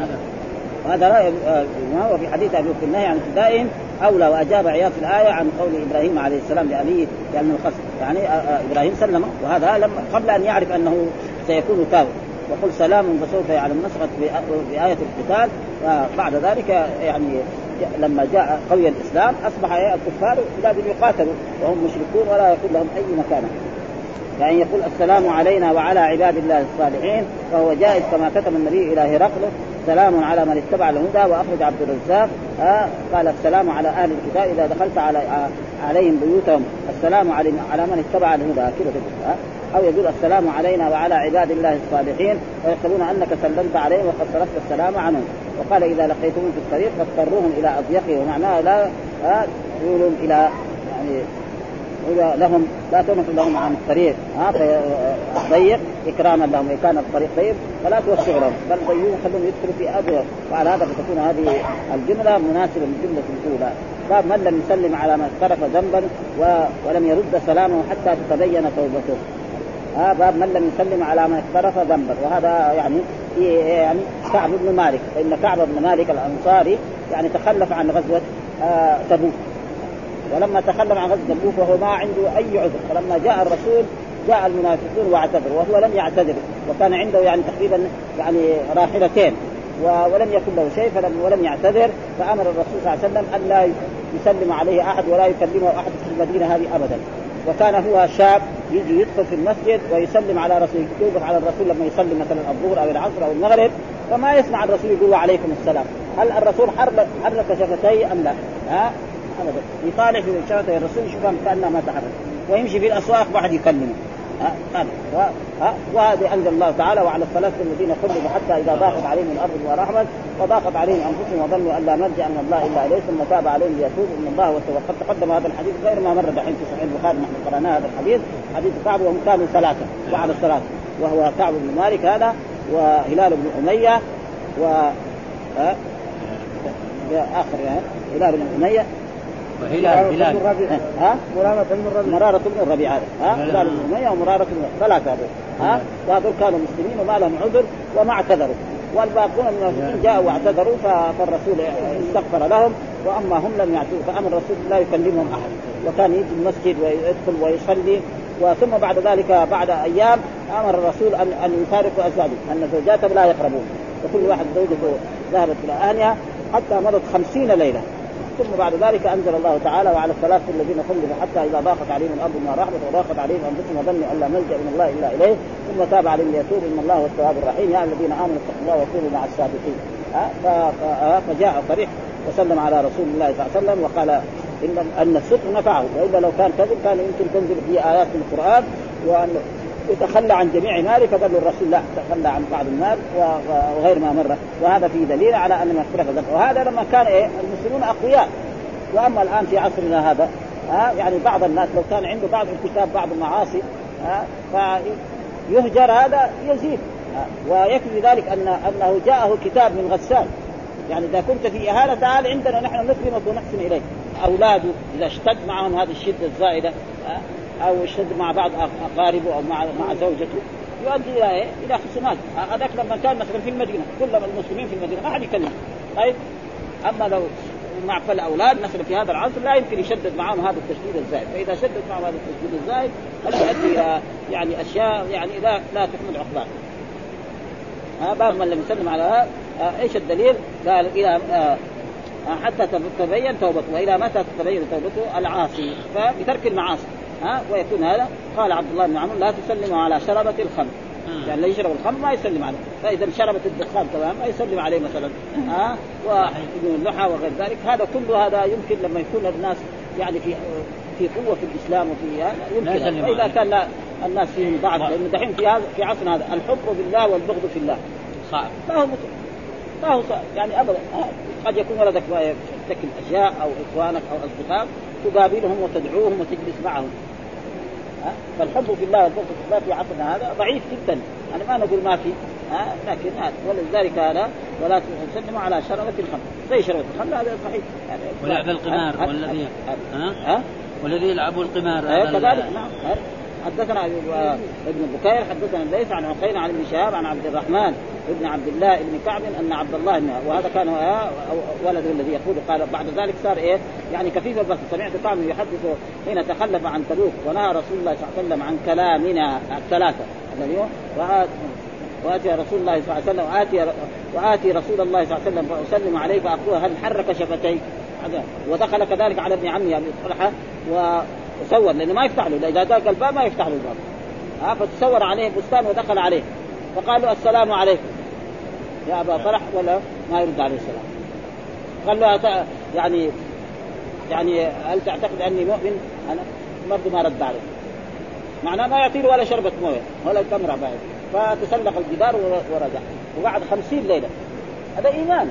وهذا رأي آه وفي حديث أبي بكر النهي عن ابتدائهم أولى. وأجاب عياض في الآية عن قول إبراهيم عليه السلام لأبيه لأن القصد يعني آه آه إبراهيم سلم، وهذا لما قبل أن يعرف أنه سيكون كافر. وقل سلام فسوف يعلم نسخت بآية القتال. وبعد ذلك يعني لما جاء قوي الإسلام أصبح الكفار لازم يقاتلوا وهم مشركون ولا يكون لهم أي مكانة. يعني يقول السلام علينا وعلى عباد الله الصالحين، فهو جائز كما كتب النبي إلى هرقل: سلام على من اتبع الهدى. وأخرج عبد الرزاق آه قال: السلام على أهل الكتاب إذا دخلت على آه عليهم بيوتهم السلام على من اتبع الهدى كذا كذا. آه أو يقول السلام علينا وعلى عباد الله الصالحين، ويقولون أنك سلمت عليهم وقد صرفت السلام عنهم. وقال: إذا لقيتهم في الطريق فاضطروهم إلى أضيقه، ومعناه لا يقولون إلى يعني لهم لا تنفوا لهم عن الطريق ها ضيق إكراما لهم. إذا كان الطريق ضيق فلا توسعوا لهم بل ضيقوا خلهم يدخلوا في أبواب. وعلى هذا فتكون هذه الجملة مناسبة للجملة الأولى. باب من لم يسلم على من اقترف ذنبا ولم يرد سلامه حتى تتبين توبته. ها باب من لم يسلم على من اقترف ذنبا، وهذا يعني يعني كعب بن مالك، فإن كعب بن مالك الأنصاري يعني تخلف عن غزوة آه تبوك، ولما تخلم عن غزوة تبوك وهو ما عنده أي عذر، فلما جاء الرسول جاء المنافقون واعتذروا وهو لم يعتذر، وكان عنده يعني تقريبا يعني راحلتين ولم يكن له شيء فلم ولم يعتذر، فأمر الرسول صلى الله عليه وسلم أن لا يسلم عليه أحد ولا يكلمه أحد في المدينة هذه أبدا. وكان هو شاب يجي يدخل في المسجد ويسلم على رسول يوقف على الرسول لما يصلي مثلا الظهر أو العصر أو المغرب، فما يسمع الرسول يقول عليكم السلام. هل الرسول حرك حرك شفتيه أم لا؟ ها أبدا، يطالع في شفتي الرسول يشوفها كأنها ما تحرك، ويمشي في الأسواق واحد يكلمه. ها ها وهذا أنزل الله تعالى: وعلى الثلاثة الذين خلفوا حتى إذا ضاقت عليهم الأرض ورحمت وضاقت عليهم أنفسهم وظنوا أن لا ملجأ من الله إلا إليه ثم تاب عليهم ليتوبوا إن الله والتواب. قد تقدم هذا الحديث غير ما مر دحين في صحيح البخاري، نحن قرأنا هذا الحديث حديث كعب وهم كانوا ثلاثة وعلى الثلاثة، وهو كعب بن مالك هذا وهلال بن أمية و ها آخر يعني هلال بن أمية وهلال هلال ها مرارة بن الربيع مرارة بن الربيع ها هلال بن أمية ومرارة بن ثلاثة هذول ها وهذول كانوا مسلمين وما لهم عذر وما اعتذروا، والباقون من المسلمين جاءوا واعتذروا فالرسول استغفر لهم، وأما هم لم يعتذروا فأمر الرسول لا يكلمهم أحد، وكان يجي المسجد ويدخل ويصلي. وثم بعد ذلك بعد أيام أمر الرسول أن أن يفارقوا أزواجهم، أن زوجاتهم لا يقربون، وكل واحد زوجته ذهبت إلى أهلها حتى مضت خمسين ليلة. ثم بعد ذلك أنزل الله تعالى: وعلى الثلاثة الذين خلفوا حتى إذا ضاقت عليهم الأرض بما رحبت وضاقت عليهم أنفسهم وظنوا أن لا ملجأ من الله إلا إليه ثم تاب عليهم ليتوب إن الله هو التواب الرحيم. يا الذين آمنوا اتقوا الله وكونوا مع الصادقين. فجاء صريح وسلم على رسول الله صلى الله عليه وسلم وقال إن أن الصدق نفعه، وإلا لو كان كذب كان يمكن تنزل فيه آيات من القرآن وأن يتخلى عن جميع ماله، فقال الرسول لا تخلى عن بعض المال وغير ما مر. وهذا فيه دليل على أن ما اختلف ذلك. وهذا لما كان إيه المسلمون أقوياء. وأما الآن في عصرنا هذا ها يعني بعض الناس لو كان عنده بعض الكتاب بعض المعاصي ها فيهجر هذا يزيد. ويكفي ذلك أن أنه جاءه كتاب من غسان، يعني إذا كنت في إهانة تعال عندنا نحن نكرمك ونحسن إليك. أولاده إذا اشتد معهم هذه الشدة الزائدة أو اشتد مع بعض أقاربه أو مع مع زوجته يؤدي إلى إيه؟ إلى خصومات. هذاك لما كان مثلا في المدينة كل المسلمين في المدينة ما حد يكلم. طيب أما لو مع الأولاد مثلا في هذا العصر لا يمكن يشدد معهم هذا التشديد الزائد، فإذا شدد معهم هذا التشديد الزائد يؤدي إلى يعني أشياء يعني لا لا تحمل عقباها. ها باب من لم يسلم على آه ايش الدليل؟ قال الى آه حتى تبين توبته، والى متى تتبين توبته؟ العاصي فبترك المعاصي. ها ويكون هذا قال عبد الله بن عمرو لا تسلم على شربة الخمر، يعني لا يشرب الخمر ما يسلم عليه، فاذا شربت الدخان كمان ما يسلم عليه مثلا. ها وابن اللحى وغير ذلك. هذا كله هذا يمكن لما يكون الناس يعني في في قوة في الإسلام وفي هذا يمكن. فإذا كان لا الناس فيهم ضعف، لأن دحين في هذا في عصرنا هذا الحب بالله والبغض في الله صعب. ما هو ما هو صعب يعني أبدا. قد يكون ولدك يرتكب أشياء أو إخوانك أو أصدقاء تقابلهم وتدعوهم وتجلس معهم. فالحب في الله والبغض في الله في عصرنا هذا ضعيف جدا. أنا ما نقول ما في ها لكن هذا ولذلك هذا ولا تسلموا على شربة الخمر زي شربة الخمر هذا صحيح. يعني ولعب القمار والذي ها ها والذي يلعبوا القمار كذلك. نعم. حدثنا ابن بكير حدثنا الليث عن عقيل عن ابن شهاب عن عبد الرحمن ابن عبد الله ابن كعب ان عبد الله وهذا كان ولده الذي يقول قال بعد ذلك صار ايه يعني كفيف البصر. سمعت كعب يحدث حين تخلف عن تبوك ونهى رسول الله صلى الله عليه وسلم عن كلامنا الثلاثه الذي وآتي رسول الله صلى الله عليه وسلم وآتي وآتي رسول الله صلى الله عليه وسلم فأسلم عليه فأقول هل حرك شفتيه. ودخل كذلك على ابن عمي أبي طلحة وصور لأنه ما يفتح له، إذا دق الباب ما يفتح له الباب. ها فتصور عليه بستان ودخل عليه فقال له السلام عليكم يا أبا طلح ولا ما يرد عليه السلام. قال له يعني يعني هل تعتقد أني مؤمن؟ أنا برضو ما رد عليه، معناه ما يعطيه ولا شربة مويه ولا تمرة بعد. فتسلق الجدار ورجع وبعد خمسين ليلة. هذا إيمان.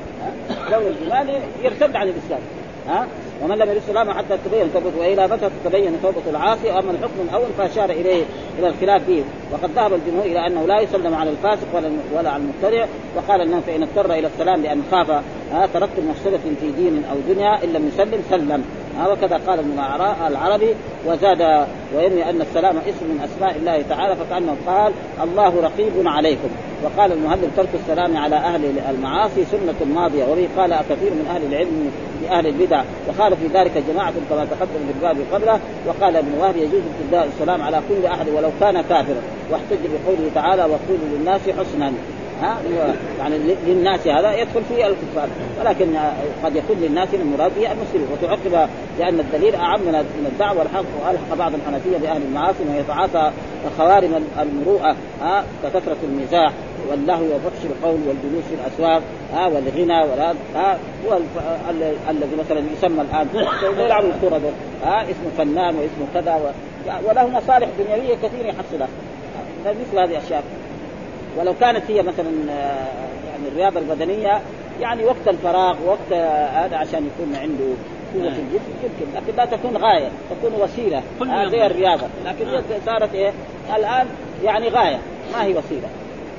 لو الإيمان يرتد عن الإسلام. ها ومن لم يرد السلام حتى تبين توبته وإلى متى تبين توبة العاصي. أما الحكم الأول فأشار إليه إلى الخلاف فيه. وقد ذهب الجمهور إلى أنه لا يسلم على الفاسق ولا ولا على المبتدع. وقال أنه فإن اضطر إلى السلام لأن خاف ترتب مفسدة في دين أو دنيا إن لم يسلم سلم. وكذا قال ابن العربي. وزاد ويرمي أن السلام اسم من أسماء الله تعالى فكأنه قال الله رقيب عليكم. وقال المهذب ترك السلام على أهل المعاصي سنة ماضية. وبه قال كثير من أهل العلم لأهل البدع وقال في ذلك جماعة كما تقدم في الباب قبله. وقال ابن وهب يجوز ابتداء السلام على كل أحد ولو كان كافرا. واحتج بقوله تعالى وقولوا للناس حسنا. ها يعني للناس هذا يدخل فيه الكفار ولكن قد يكون للناس المراد به المسلمين. وتعقب لأن الدليل أعم من الدعوة والحق. وألحق بعض الحنفية بأهل المعاصي ويتعاطى خوارم المروءة ها كثرة المزاح واللهو وفحش القول والجلوس في الأسواق ها والغنى والهذا ها هو الذي مثلا يسمى الآن يلعب الكرة ها اسمه فنان واسمه كذا وله مصالح دنيوية كثيرة يحصلها مثل هذه الأشياء. ولو كانت هي مثلا يعني الرياضة البدنية يعني وقت الفراغ وقت هذا عشان يكون عنده قوة في الجسم يمكن، لكن لا تكون غاية تكون وسيلة زي الرياضة. لكن هي صارت إيه الآن يعني غاية ما هي وسيلة.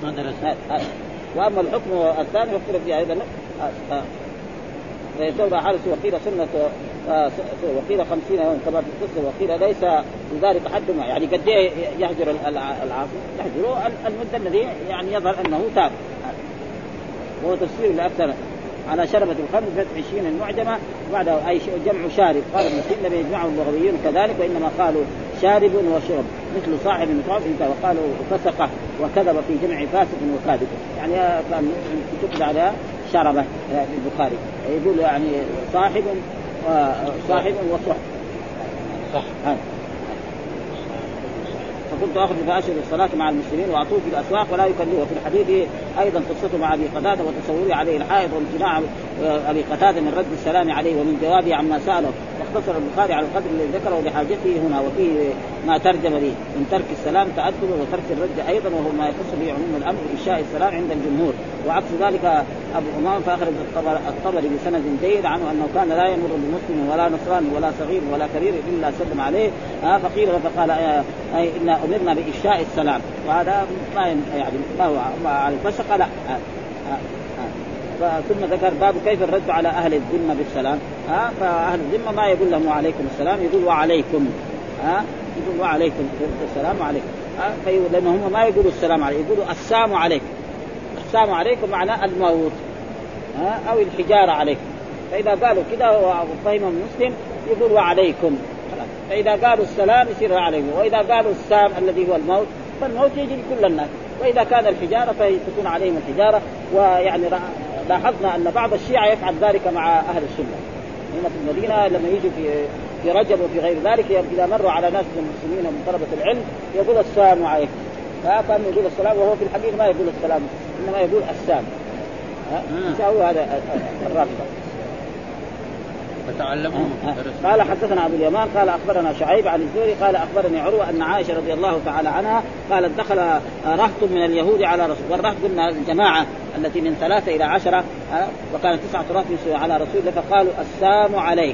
وأما الحكم الثاني يختلف فيه أيضا فيتوضع حالة وقيل سنة وقيل خمسين يوم كما في القصة وقيل ليس لذلك حد ما يعني قد يهجر العاصي يهجره المدة الذي يعني يظهر أنه تاب. وهو تفسير لأكثر على شربة الخمر فتح عشرين المعجمة بعده أي جمع شارب. قال ابن سينا لم يجمعه اللغويون كذلك وإنما قالوا شارب وشرب مثل صاحب المطعم وقالوا فسقه وكذب في جمع فاسق وكاذب يعني كان تكتب على شربة في البخاري يقول يعني صاحب صاحب وصح صح. فكنت أخذ بأشر الصلاة مع المسلمين وأطوف في الأسواق ولا يكلفه. في الحديث أيضا قصته مع أبي قتادة وتصوري عليه الحائض وامتناع أبي قتادة من رد السلام عليه ومن جوابه عما سأله، واختصر البخاري على القدر الذي ذكره لحاجته هنا. وفيه ما ترجم لي من ترك السلام تأدب وترك الرد أيضا، وهو ما يخص به عموم الأمر إنشاء السلام عند الجمهور. وعكس ذلك أبو أمام فأخرج الطبري بسند جيد عنه أنه كان لا يمر بمسلم ولا نصراني ولا صغير ولا كبير إلا سلم عليه. آه فقيل فقال أي إن أمرنا بإفشاء السلام، وهذا ما يعني ما هو على الفسق لا. آه آه آه. ثم ذكر باب كيف الرد على أهل الذمة بالسلام. آه فأهل الذمة ما يقول لهم وعليكم السلام، يقول وعليكم. آه يقول وعليكم السلام عليكم. آه لأنه هم ما يقولوا السلام عليكم، يقولوا السلام عليكم. السلام عليكم معناه الموت آه أو الحجارة عليكم. فإذا قالوا كده وفهم المسلم يقول وعليكم. فإذا قالوا السلام يصير عليهم، وإذا قالوا السام الذي هو الموت فالموت يجي لكل الناس، وإذا كان الحجارة فتكون عليهم الحجارة. ويعني لاحظنا أن بعض الشيعة يفعل ذلك مع أهل السنة هنا في المدينة لما يجوا في في رجب وفي غير ذلك، إذا مروا على ناس من المسلمين ومن طلبة العلم يقول السلام عليكم، فكان يقول السلام وهو في الحقيقة ما يقول السلام، إنما يقول السام. يساوي هذا الرابطة. فتعلموا. قال حدثنا أبو اليمان قال أخبرنا شعيب عن الزهري قال أخبرني عروة أن عائشة رضي الله تعالى عنها قالت دخل رهط من اليهود على رسول، والرهط قلنا الجماعة التي من ثلاثة إلى عشرة، وكانت تسعة رهط على رسول الله، فقالوا السلام عليك.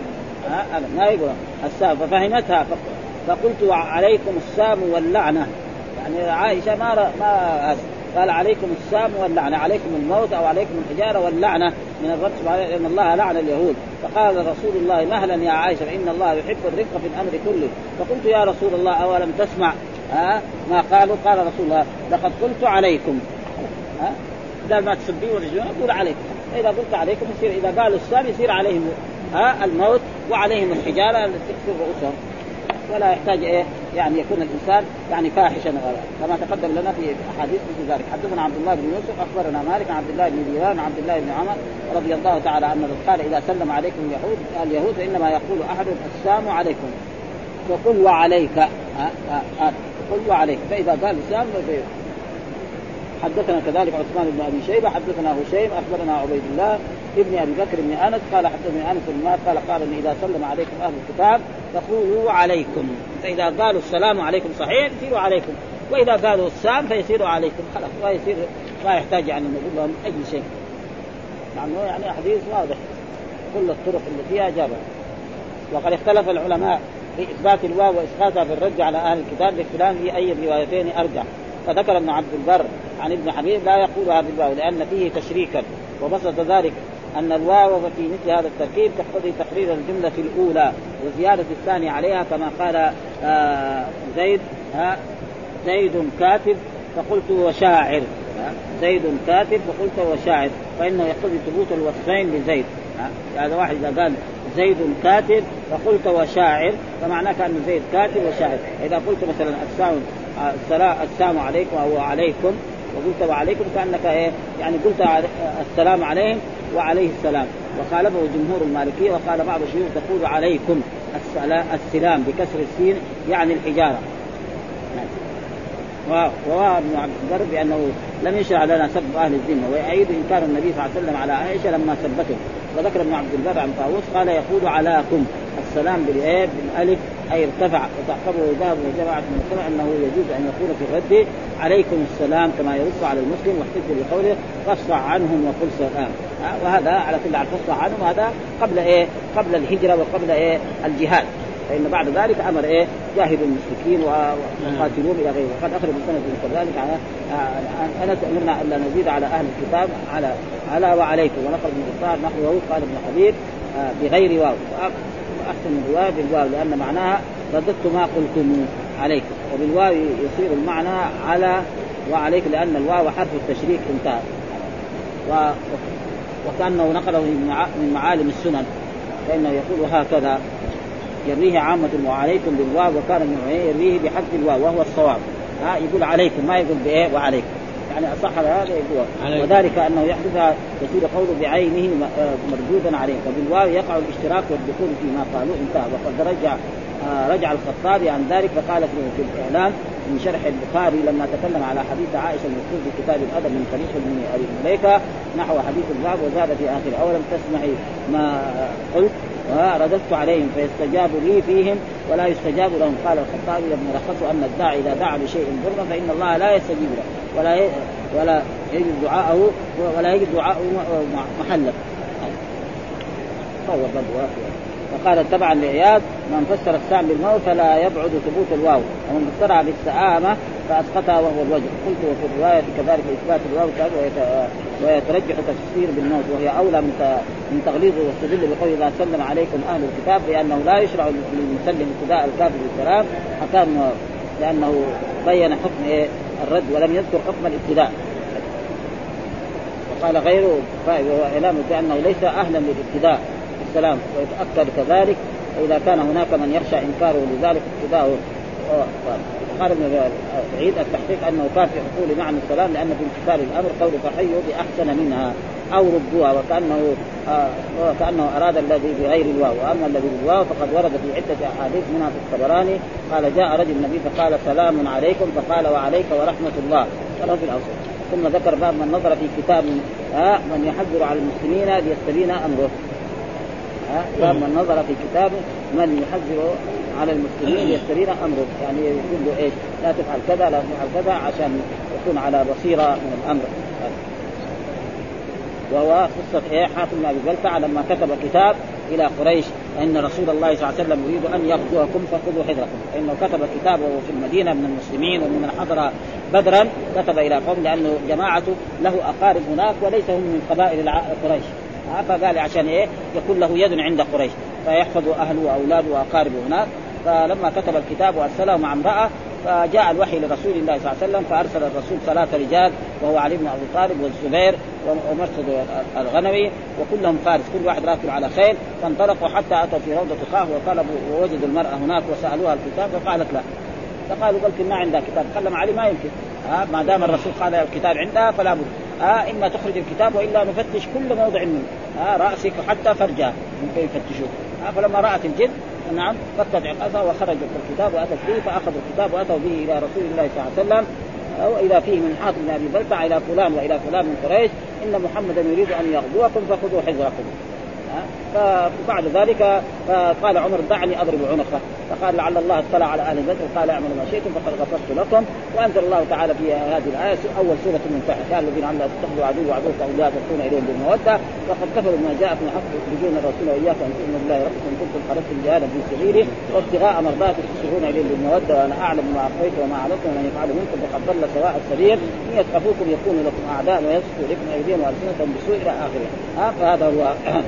ما يقول السلام، ففهمتها فقلت عليكم السلام واللعنة. يعني عائشة ما ما قال عليكم السام واللعنة، عليكم الموت أو عليكم الحجارة واللعنة من الرب سبحانه، لأن الله لعن اليهود. فقال رسول الله مهلا يا عائشة فإن الله يحب الرفق في الأمر كله. فقلت يا رسول الله أولم تسمع ها ما قالوا؟ قال رسول الله لقد قلت عليكم. ها إذا ما تسبيه ورجلون أقول عليكم، إذا قلت عليكم يصير إذا قالوا السام يصير عليهم ها الموت وعليهم الحجارة تكسر رؤوسهم، ولا يحتاج إيه يعني يكون الإنسان يعني فاحشا كما تقدم لنا في أحاديث مثل ذلك. حدثنا عبد الله بن يوسف أخبرنا مالك عن عبد الله بن دينار عبد الله بن عمر رضي الله تعالى عنه قال إذا سلم عليكم اليهود اليهود إنما يقول أحد السلام عليكم فقل وعليك. قل وعليك، فإذا قال السلام. حدثنا كذلك عثمان بن أبي شيبة حدثنا هشيم أخبرنا عبيد الله ابن أبي بكر بن أنس قال حدثني أنس بن مالك قال قال إن إذا سلم عليكم أهل الكتاب فقولوا عليكم، فإذا قالوا السلام عليكم صحيح يصيروا عليكم، وإذا قالوا السلام فيصيروا عليكم خلاص، ويصير ما يحتاج يعني نقول لهم أي شيء. يعني يعني حديث واضح كل الطرق اللي فيها جابها. وقد اختلف العلماء في إثبات الواو وإسقاطها في الرد على أهل الكتاب باختلاف في أي الروايتين أرجح. فذكر ابن عبد البر عن ابن حبيب لا يقولها بالواو لأن فيه تشريكا، وبسط ذلك أن الواو في مثل هذا التركيب تقتضي تقرير الجملة الأولى وزيادة الثانية عليها، كما قال آه زيد ها زيد كاتب فقلت وشاعر، زيد كاتب فقلت وشاعر، فإنه يقتضي ثبوت الوصفين لزيد. هذا واحد إذا قال زيد كاتب فقلت وشاعر فمعناه كأن زيد كاتب وشاعر. إذا قلت مثلا السلام السلام عليكم أو عليكم وقلت وعليكم كأنك إيه يعني قلت السلام عليهم وعليه السلام. وخالفه جمهور المالكية وقال بعض الشيوخ تقول عليكم السلام بكسر السين يعني الحجارة. وروى ابن عبد البر بأنه لم يشرع لنا سب أهل الذمة، ويعيد إنكار النبي صلى الله عليه وسلم على عائشة لما سبته. وذكر ابن عبد البر عن طاووس قال يقول علاكم السلام بالإيه بالألف أي ارتفع، وتعقبه ذهب وجماعة من السلام أنه يجوز أن يقول في الرد عليكم السلام كما يرص على المسلم، واحتج بقوله فاصفح عنهم وقل سلام. وهذا على كل حال فاصفح عنهم هذا قبل إيه قبل الهجرة وقبل إيه الجهاد، فإن بعد ذلك أمر إيه جاهدوا المشركين وقاتلوهم إلى غيره. وقد أخرج السنة كذلك على أنا أمرنا ألا نزيد على أهل الكتاب على على وعليكم، ونقل من الصحابة نحوه قال ابن حبيب بغير واو، وأحسن الرواية بالواو لأن معناها رددت ما قلتم عليكم، وبالواو يصير المعنى على وعليك لأن الواو حرف التشريك انتهى. و... وكأنه نقله من معالم السنن، فإنه يقول هكذا يرويه عامة وعليكم بالواو، وكان ابن عيينة يرويه بحذف الواو وهو الصواب. ها يقول عليكم ما يقول بإيه وعليكم، يعني أصح هذا يقول، وذلك أنه يحدث يصير قوله بعينه مردودا عليه، وبالواو يقع الاشتراك والدخول فيما قالوا انتهى. وقد رجع رجع الخطابي عن ذلك فقال في الإعلان من شرح البخاري لما تكلم على حديث عائشة المذكور في كتاب الأدب من طريق ابن أبي مليكة نحو حديث الباب وزاد في آخر أولم تسمعي ما قلت رددت عليهم فيستجاب لي فيهم ولا يستجاب لهم. قال الخطابي ابن رخص أن الداعي إذا دعا بشيء ضرا فإن الله لا يستجيب له ولا ولا يجد دعاءه ولا يجد دعاءه محلا. وقال تبعا لعياض من فسر السام بالموت فلا يبعد ثبوت الواو ومن فسرها بالسآمة فأسقطها وهو الوجه. قلت وفي الرواية كذلك إثبات الواو ويترجح تفسير بالموت وهي أولى من تغليظه واستدل بقول إذا سلم عليكم أهل الكتاب لأنه لا يشرع للمسلم ابتداء الكافر بالسلام حكم لأنه بين حكم الرد ولم يذكر حكم الابتداء. وقال غيره وإعلامه بأنه ليس أهلا للابتداء السلام ويتأكد كذلك إذا كان هناك من يخشى إنكاره لذلك ابتداؤه. قال ابن عيد التحقيق أنه كان في حصول معنى السلام لأن في امتثال الأمر قول فحيوا بأحسن منها أو ردوها وكأنه آه وكأنه أراد الذي بغير الواو. وأما الذي بالواو فقد ورد في عدة أحاديث منها في الطبراني قال جاء رجل النبي فقال سلام عليكم فقال وعليك ورحمة الله قال في الأوسط. ثم ذكر باب من نظر في كتاب آه من يحذر على المسلمين ليستبين أمره. باب من نظر في كتاب من يحذر على المسلمين ليستبين أمره يعني يقول له إيش لا تفعل كذا لا تفعل كذا عشان يكون على بصيرة من الأمر. وهو قصة إيه حاتم بن أبي بلتعة لما كتب كتاب إلى قريش أن رسول الله صلى الله عليه وسلم يريد أن يغزوكم فخذوا حذركم. إنه كتب كتابه في المدينة من المسلمين ومن حضر بدرا كتب إلى قوم لأنه جماعته له أقارب هناك وليس هم من قبائل قريش فقال عشان إيه يكون له يد عند قريش فيحفظ أهله وأولاده وأقاربه هناك. فلما كتب الكتاب وأرسله مع امرأة فجاء الوحي لرسول الله صلى الله عليه وسلم فأرسل الرسول ثلاثة رجال وهو علي بن أبي طالب والزبير ومرصد الغنوي وكلهم فارس كل واحد راكب على خيل فانطلقوا حتى أتوا في روضة خاه وطلبوا ووجدوا المرأة هناك وسألوها الكتاب فقالت لا. فقالوا بل ما عندها كتاب قال علي ما يمكن آه ما دام الرسول قال الكتاب عندها فلا بد آه إما تخرج الكتاب وإلا نفتش كل موضع منه آه رأسك حتى فرجها ممكن يفتشوه. آه فلما رأت الجد نعم فكت عقازها وخرجت الكتاب وأتت به فأخذوا الكتاب وأتوا به إلى رسول الله صلى الله عليه وسلم وإذا فيه من حاتم بن أبي بلتعة إلى فلان وإلى فلان من قريش إن محمدا يريد أن يغزوكم فخذوا حذركم. فبعد ذلك قال عمر دعني أضرب عنقه فقال لعل الله اطلع على أهل بدر قال اعملوا ما شئتم فقد غفرت لكم. وأنزل الله تعالى في هذه الآية أول سورة الممتحنة قال الذين عملوا تتخذوا عدو وعدوك أولياء تلقون إليهم بالمودة وقد كفروا بما جاء من حق يخرجون الرسول وإياك أن تؤمنوا بالله ربكم إن كنتم خرجتم جهادا في سبيله وابتغاء مرضاته تسرون إليهم بالمودة وأنا أعلم ما أخفيت وما أعلنتم ومن يفعل منكم فقد ضل سواء السبيل إن يثقفوكم يكونوا لكم أعداء ويبسطوا إليكم أيديهم وألسنتهم بسوء إلى آخره. فهذا هو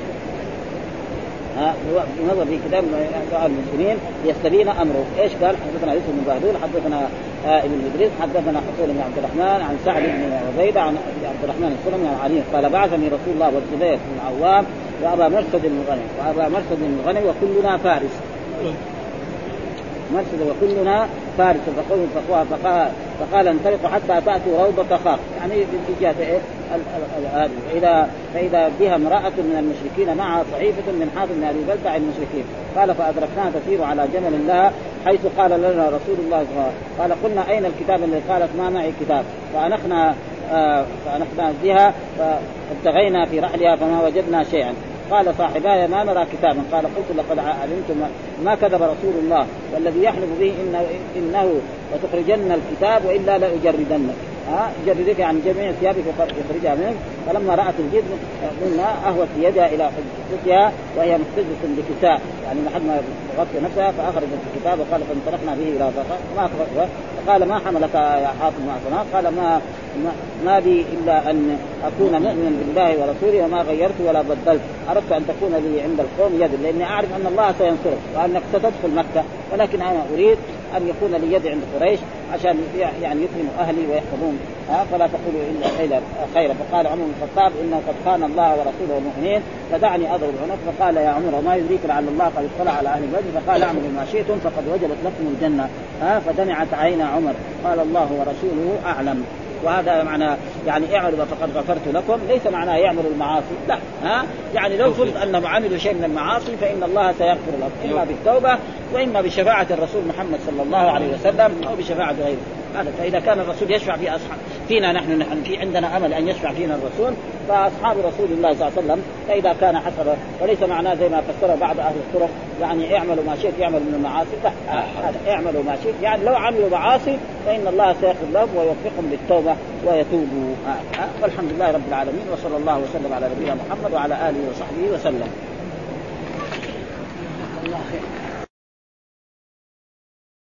نظر في كتاب المسلمين يستبين أمره. إيش قال حدثنا يوسف بن بهدول حدثنا ابن إدريس حدثنا حسين بن عبد الرحمن عن سعد بن عبيدة عن عبد الرحمن السلمي عن علي قال بعثني رسول الله والزبير بن عوام وأبا مرصد بن الغنم وأبا مرصد بن الغنم وكلنا فارس مرصد وكلنا فارس فقوم فقال فقال انطلقوا حتى تأتوا روضة خاخ يعني باتجاه إيه إذا فإذا بها امرأة من المشركين معها صحيفة من حاتم بن أبي بلتعة المشركين قال فأدركناها تسير على جمل لها حيث قال لنا رسول الله صلى الله عليه وسلم قال قلنا أين الكتاب الذي قالت ما معي كتاب فأنخنا آه فأنخنا بها فابتغينا في رحلها فما وجدنا شيئا. قال صاحباي ما نرى كتابا قال قلت لقد علمتم ما كذب رسول الله والذي يحلف به إنه, إنه وتخرجن الكتاب وإلا لأجردنك ها جردك عن جميع ثيابك يخرجها منك. فلما رأت الجد قلنا أهوت يدها إلى حجتها وهي محتجة بكتاب يعني لحد ما غطي نفسها فأخرجت الكتاب وقال فانطلقنا به إلى ضرق ما قال ما حملك يا حاتم معنا قال ما ما بي إلا أن أكون مؤمنا بالله ورسوله وما غيرت ولا بدلت أردت أن تكون لي عند القوم يد لأني أعرف أن الله سينصرك وأنك ستدخل مكة ولكن أنا أريد أن يكون لي يد عند قريش عشان يعني يكرموا أهلي ويحفظون فلا تقولوا إلا خيرا. فقال عمر بن الخطاب إنه قد خان الله ورسوله والمؤمنين فدعني أضرب عنق. فقال يا عمر وما يدريك لعل الله قد اطلع على أهل بدر فقال اعملوا ما شئتم فقد وجبت لكم الجنة. فدمعت عين عمر قال الله ورسوله أعلم. وهذا معنى يعني اعملوا فقد غفرت لكم، ليس معناه يعملوا المعاصي، لا ها يعني لو فرض انهم عملوا شيء من المعاصي فان الله سيغفر لهم اما بالتوبه واما بشفاعه الرسول محمد صلى الله عليه وسلم او بشفاعه غيره. هذا فاذا كان الرسول يشفع في اصحاب فينا نحن نحن في عندنا امل ان يشفع فينا الرسول فاصحاب رسول الله صلى الله عليه وسلم، فاذا كان حسب وليس معناه زي ما فسر بعض اهل الطرق يعني اعملوا ما شئت يعمل من المعاصي، لا هذا اعملوا ما شئت يعني لو عملوا معاصي فان الله سيغفر لهم ويوفقهم للتوبه ويتوبوا. والحمد لله رب العالمين، وصلى الله وسلم على نبينا محمد وعلى اله وصحبه وسلم.